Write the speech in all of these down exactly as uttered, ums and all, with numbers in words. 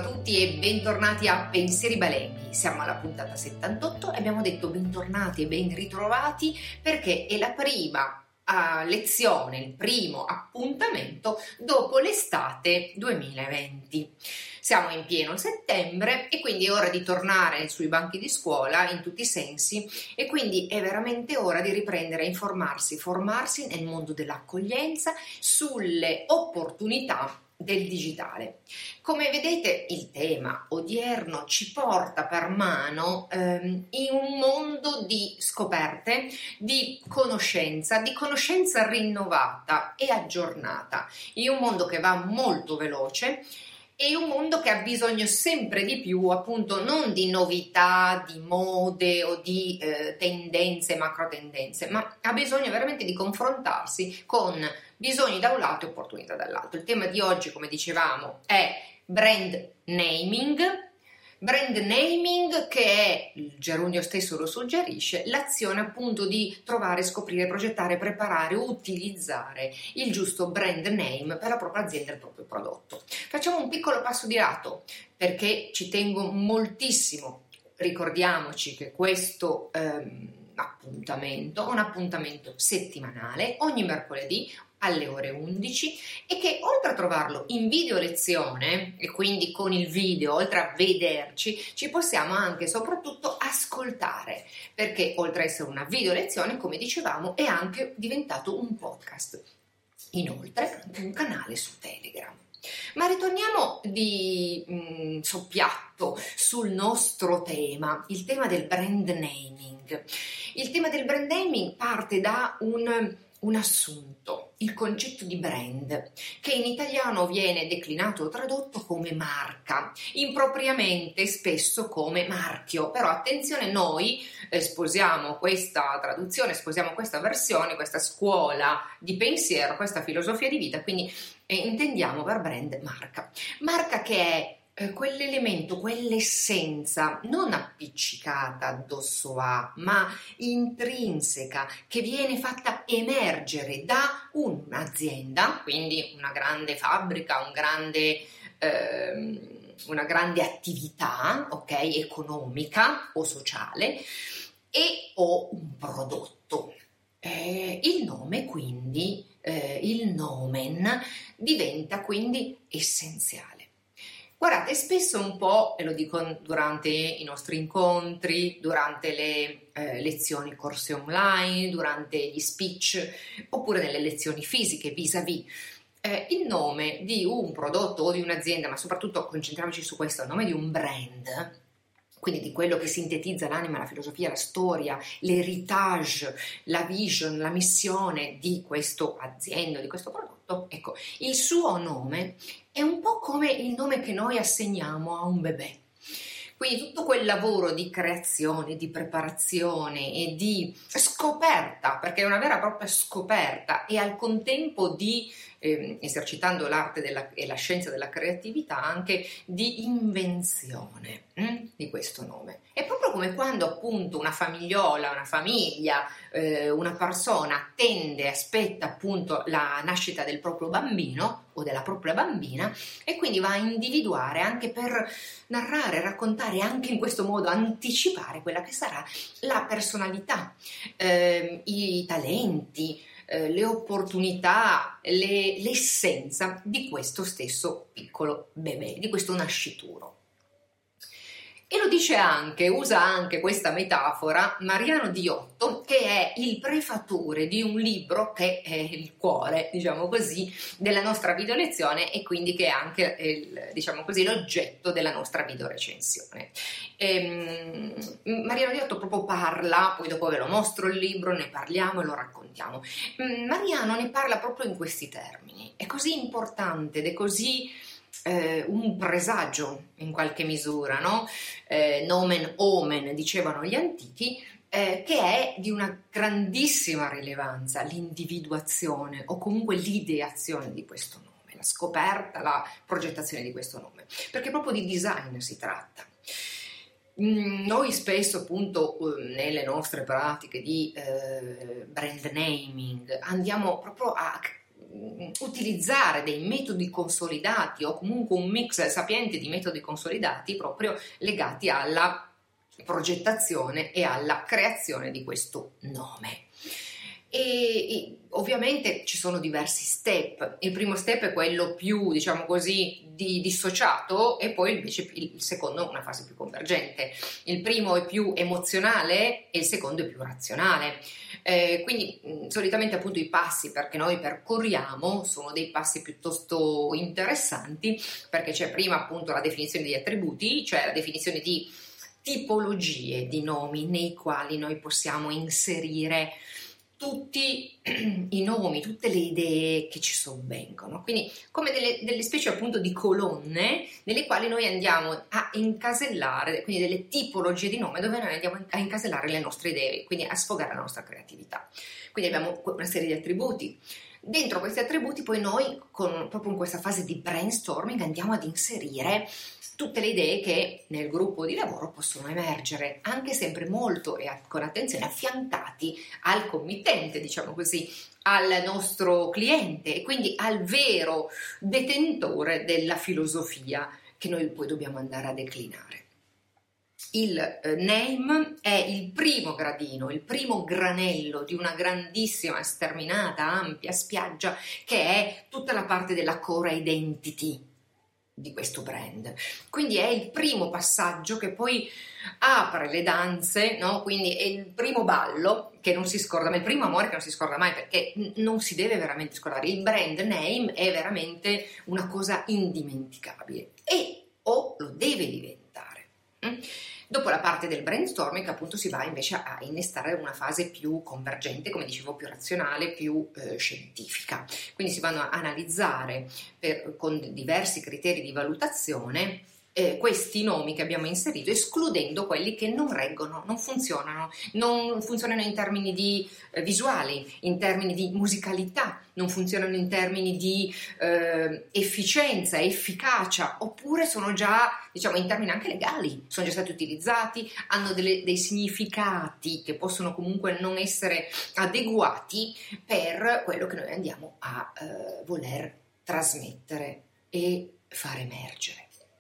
tutti e bentornati a Pensieri Balenghi. Siamo alla puntata settantotto e abbiamo detto bentornati e ben ritrovati perché è la prima uh, lezione, il primo appuntamento dopo l'estate duemilaventi. Siamo in pieno settembre e quindi è ora di tornare sui banchi di scuola in tutti i sensi e quindi è veramente ora di riprendere a informarsi, formarsi nel mondo dell'accoglienza sulle opportunità del digitale. Come vedete, il tema odierno ci porta per mano ehm, in un mondo di scoperte, di conoscenza, di conoscenza rinnovata e aggiornata, in un mondo che va molto veloce e un mondo che ha bisogno sempre di più, appunto, non di novità, di mode o di eh, tendenze, macro tendenze, ma ha bisogno veramente di confrontarsi con bisogni da un lato e opportunità dall'altro. Il tema di oggi, come dicevamo, è brand naming. Brand naming, che è, il gerundio stesso lo suggerisce, l'azione appunto di trovare, scoprire, progettare, preparare, utilizzare il giusto brand name per la propria azienda e il proprio prodotto. Facciamo un piccolo passo di lato perché ci tengo moltissimo. Ricordiamoci che questo ehm, appuntamento è un appuntamento settimanale ogni mercoledì alle ore undici e che oltre a trovarlo in video lezione e quindi con il video, oltre a vederci, ci possiamo anche e soprattutto ascoltare, perché oltre a essere una video lezione, come dicevamo, è anche diventato un podcast. Inoltre un canale su Telegram. Ma ritorniamo di mh, soppiatto sul nostro tema, il tema del brand naming. Il tema del brand naming parte da un un assunto, il concetto di brand, che in italiano viene declinato o tradotto come marca, impropriamente spesso come marchio, però attenzione, noi eh, sposiamo questa traduzione, sposiamo questa versione, questa scuola di pensiero, questa filosofia di vita, quindi eh, intendiamo per brand marca. Marca che è Eh, quell'elemento, quell'essenza non appiccicata addosso a, ma intrinseca, che viene fatta emergere da un'azienda, quindi una grande fabbrica, un grande, ehm, una grande attività, ok, economica o sociale, e o un prodotto. Eh, il nome quindi, eh, il nomen diventa quindi essenziale. Guardate, spesso un po', e lo dico durante i nostri incontri, durante le eh, lezioni, corsi online, durante gli speech, oppure nelle lezioni fisiche vis-à-vis, eh, il nome di un prodotto o di un'azienda, ma soprattutto concentriamoci su questo, il nome di un brand, quindi di quello che sintetizza l'anima, la filosofia, la storia, l'heritage, la vision, la missione di questo azienda, di questo prodotto, ecco, il suo nome è un po' come il nome che noi assegniamo a un bebè. Quindi tutto quel lavoro di creazione, di preparazione e di scoperta, perché è una vera e propria scoperta, e al contempo di, eh, esercitando l'arte della, e la scienza della creatività, anche di invenzione hm, di questo nome. È proprio come quando appunto una famigliola, una famiglia, eh, una persona attende, aspetta appunto la nascita del proprio bambino o della propria bambina e quindi va a individuare anche per narrare, raccontare, anche in questo modo anticipare quella che sarà la personalità, eh, i talenti, eh, le opportunità, le, l'essenza di questo stesso piccolo bebè, di questo nascituro. E lo dice anche, usa anche questa metafora Mariano Diotto, che è il prefatore di un libro che è il cuore, diciamo così, della nostra videolezione e quindi che è anche il, diciamo così, l'oggetto della nostra videorecensione. Ehm, Mariano Diotto proprio parla, poi dopo ve lo mostro il libro, ne parliamo e lo raccontiamo. Mariano ne parla proprio in questi termini, è così importante ed è così Eh, un presagio in qualche misura, no? Eh, nomen omen dicevano gli antichi, eh, che è di una grandissima rilevanza l'individuazione o comunque l'ideazione di questo nome, la scoperta, la progettazione di questo nome, perché proprio di design si tratta. Noi spesso appunto nelle nostre pratiche di eh, brand naming andiamo proprio a utilizzare dei metodi consolidati o comunque un mix sapiente di metodi consolidati proprio legati alla progettazione e alla creazione di questo nome. E, e ovviamente ci sono diversi step. Il primo step è quello più, diciamo così, di dissociato, e poi invece il secondo una fase più convergente. Il primo è più emozionale e il secondo è più razionale. Eh, quindi mh, solitamente appunto i passi perché noi percorriamo sono dei passi piuttosto interessanti, perché c'è prima appunto la definizione di attributi, cioè la definizione di tipologie di nomi nei quali noi possiamo inserire tutti i nomi, tutte le idee che ci sovvengono, quindi come delle, delle specie appunto di colonne nelle quali noi andiamo a incasellare, quindi delle tipologie di nome dove noi andiamo a incasellare le nostre idee, quindi a sfogare la nostra creatività. Quindi abbiamo una serie di attributi. Dentro questi attributi poi noi, con, proprio in questa fase di brainstorming, andiamo ad inserire tutte le idee che nel gruppo di lavoro possono emergere, anche sempre molto e con attenzione affiancati al committente, diciamo così, al nostro cliente e quindi al vero detentore della filosofia che noi poi dobbiamo andare a declinare. Il eh, name è il primo gradino, il primo granello di una grandissima, sterminata, ampia spiaggia che è tutta la parte della core identity di questo brand. Quindi è il primo passaggio che poi apre le danze, no? Quindi è il primo ballo che non si scorda mai, il primo amore che non si scorda mai, perché non si deve veramente scordare. Il brand name è veramente una cosa indimenticabile e o lo deve diventare. Mm? Dopo la parte del brainstorming appunto si va invece a innestare una fase più convergente, come dicevo, più razionale, più eh, scientifica. Quindi si vanno a analizzare per, con diversi criteri di valutazione eh, questi nomi che abbiamo inserito, escludendo quelli che non reggono, non funzionano, non funzionano in termini di eh, visuali, in termini di musicalità, non funzionano in termini di eh, efficienza, efficacia, oppure sono già, diciamo, in termini anche legali, sono già stati utilizzati, hanno delle, dei significati che possono comunque non essere adeguati per quello che noi andiamo a eh, voler trasmettere e far emergere.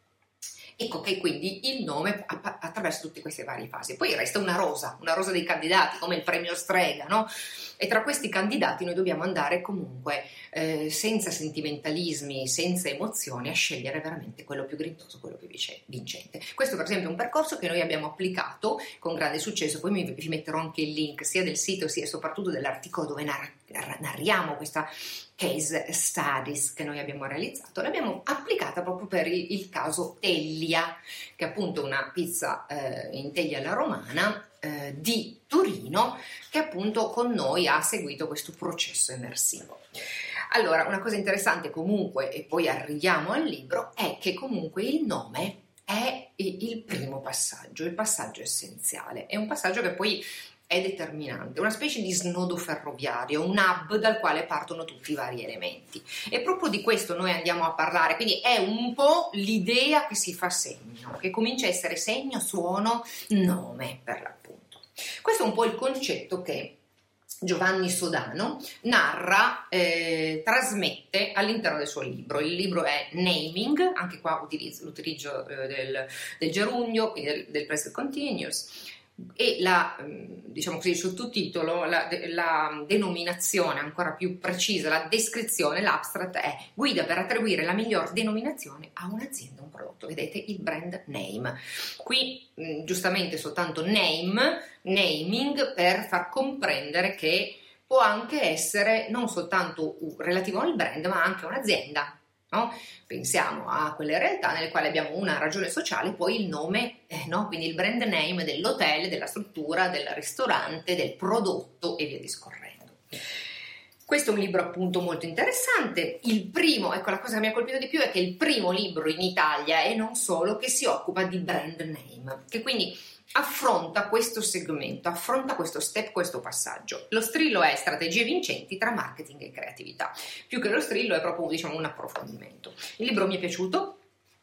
Ecco che quindi il nome attraverso tutte queste varie fasi. Poi resta una rosa, una rosa dei candidati, come il premio Strega, no? E tra questi candidati noi dobbiamo andare comunque eh, senza sentimentalismi, senza emozioni, a scegliere veramente quello più grintoso, quello più vincente. Questo per esempio è un percorso che noi abbiamo applicato con grande successo, poi vi metterò anche il link sia del sito sia soprattutto dell'articolo dove narra, narriamo questa case studies che noi abbiamo realizzato. L'abbiamo applicata proprio per il, il caso Teglia, che è appunto una pizza eh, in teglia alla romana eh, di Torino, che appunto con noi ha seguito questo processo immersivo. Allora, una cosa interessante comunque, e poi arriviamo al libro, è che comunque il nome è il primo passaggio, il passaggio essenziale. È un passaggio che poi è determinante, una specie di snodo ferroviario, un hub dal quale partono tutti i vari elementi. E proprio di questo noi andiamo a parlare, quindi è un po' l'idea che si fa segno, che comincia a essere segno, suono, nome per l'appunto. Questo è un po' il concetto che Giovanni Sodano narra, eh, trasmette all'interno del suo libro. Il libro è Naming, anche qua utilizzo l'utilizzo eh, del, del gerundio, quindi del, del present continuous, e la, diciamo così, il sottotitolo, la, la denominazione ancora più precisa, la descrizione, l'abstract è guida per attribuire la miglior denominazione a un'azienda, un prodotto. Vedete il brand name. Qui giustamente soltanto name, naming, per far comprendere che può anche essere non soltanto relativo al brand ma anche a un'azienda. No? Pensiamo a quelle realtà nelle quali abbiamo una ragione sociale, poi il nome, eh, no? Quindi il brand name dell'hotel, della struttura, del ristorante, del prodotto e via discorrendo. Questo è un libro appunto molto interessante. Il primo, ecco, la cosa che mi ha colpito di più è che è il primo libro in Italia e non solo che si occupa di brand name, che quindi affronta questo segmento, affronta questo step, questo passaggio. Lo strillo è strategie vincenti tra marketing e creatività. Più che lo strillo è proprio, diciamo, un approfondimento. Il libro mi è piaciuto,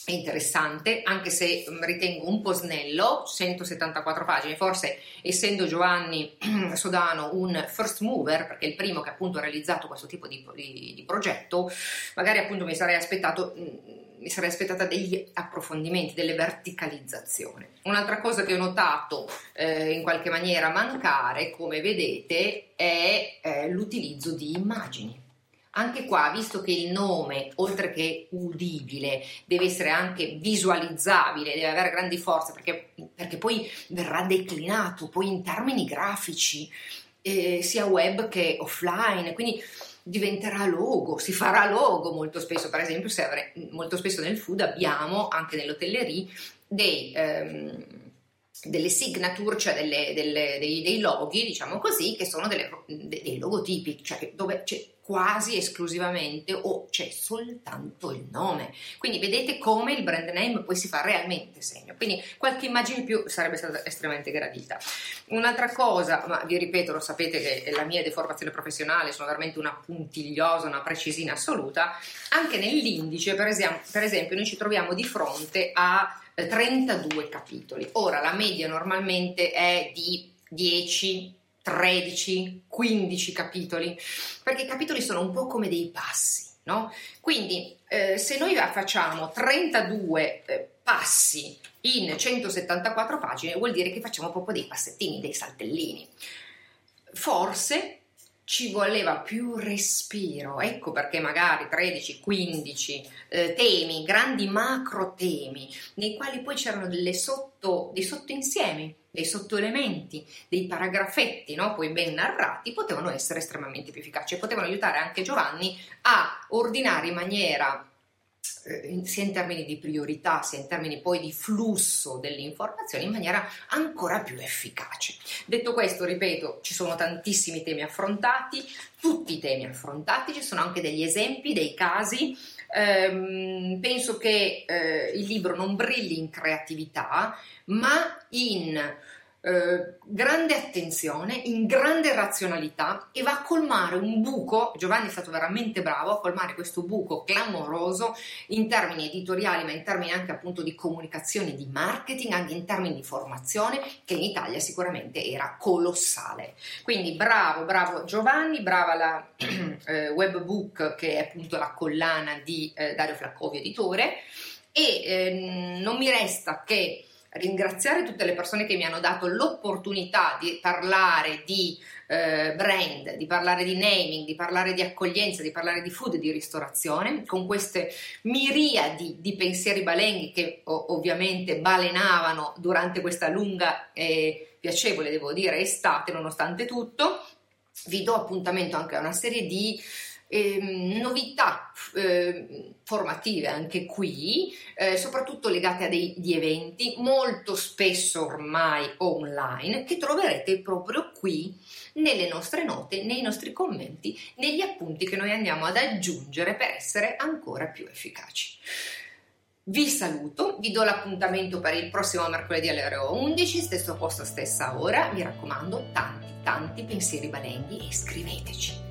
è interessante, anche se ritengo un po' snello, centosettantaquattro pagine, forse essendo Giovanni Sodano un first mover, perché è il primo che appunto ha realizzato questo tipo di, di, di progetto, magari appunto mi sarei aspettato, mi sarei aspettata degli approfondimenti, delle verticalizzazioni. Un'altra cosa che ho notato eh, in qualche maniera mancare, come vedete, è eh, l'utilizzo di immagini. Anche qua, visto che il nome, oltre che udibile, deve essere anche visualizzabile, deve avere grandi forze, perché, perché poi verrà declinato poi in termini grafici, eh, sia web che offline, quindi diventerà logo, si farà logo molto spesso. Per esempio, se avre, molto spesso nel food abbiamo, anche nell'hotellerie, dei... Ehm, delle signature, cioè delle, delle, dei, dei loghi, diciamo così, che sono delle, dei, dei logotipi, cioè dove c'è quasi esclusivamente o c'è soltanto il nome. Quindi vedete come il brand name poi si fa realmente segno. Quindi qualche immagine in più sarebbe stata estremamente gradita. Un'altra cosa, ma vi ripeto, lo sapete che la mia deformazione professionale, sono veramente una puntigliosa, una precisina assoluta, anche nell'indice, per esempio, per esempio noi ci troviamo di fronte a trentadue capitoli. Ora la media normalmente è di dieci, tredici, quindici capitoli, perché i capitoli sono un po' come dei passi, no? Quindi eh, se noi facciamo trentadue eh, passi in centosettantaquattro pagine, vuol dire che facciamo proprio dei passettini, dei saltellini. Forse ci voleva più respiro, ecco perché magari tredici quindici eh, temi, grandi macro temi, nei quali poi c'erano delle sotto, dei sottoinsiemi, dei sottoelementi, dei paragrafetti, no? Poi ben narrati, potevano essere estremamente più efficaci e potevano aiutare anche Giovanni a ordinare in maniera eh, sia in termini di priorità, sia in termini poi di flusso delle informazioni in maniera ancora più efficace. Detto questo, ripeto, ci sono tantissimi temi affrontati, tutti i temi affrontati, ci sono anche degli esempi, dei casi. Ehm, penso che eh, il libro non brilli in creatività, ma in eh, grande attenzione, in grande razionalità, e va a colmare un buco. Giovanni è stato veramente bravo a colmare questo buco clamoroso in termini editoriali, ma in termini anche appunto di comunicazione, di marketing, anche in termini di formazione, che in Italia sicuramente era colossale. Quindi bravo, bravo Giovanni, brava la eh, webbook, che è appunto la collana di eh, Dario Flaccovio editore, e eh, non mi resta che ringraziare tutte le persone che mi hanno dato l'opportunità di parlare di eh, brand, di parlare di naming, di parlare di accoglienza, di parlare di food e di ristorazione, con queste miriadi di pensieri balenghi che o- ovviamente balenavano durante questa lunga e piacevole, devo dire, estate, nonostante tutto. Vi do appuntamento anche a una serie di Eh, novità eh, formative anche qui, eh, soprattutto legate a dei di eventi molto spesso ormai online, che troverete proprio qui nelle nostre note, nei nostri commenti, negli appunti che noi andiamo ad aggiungere per essere ancora più efficaci. Vi saluto, vi do l'appuntamento per il prossimo mercoledì alle ore undici, stesso posto, stessa ora. Mi raccomando, tanti tanti pensieri balenghi, e scriveteci.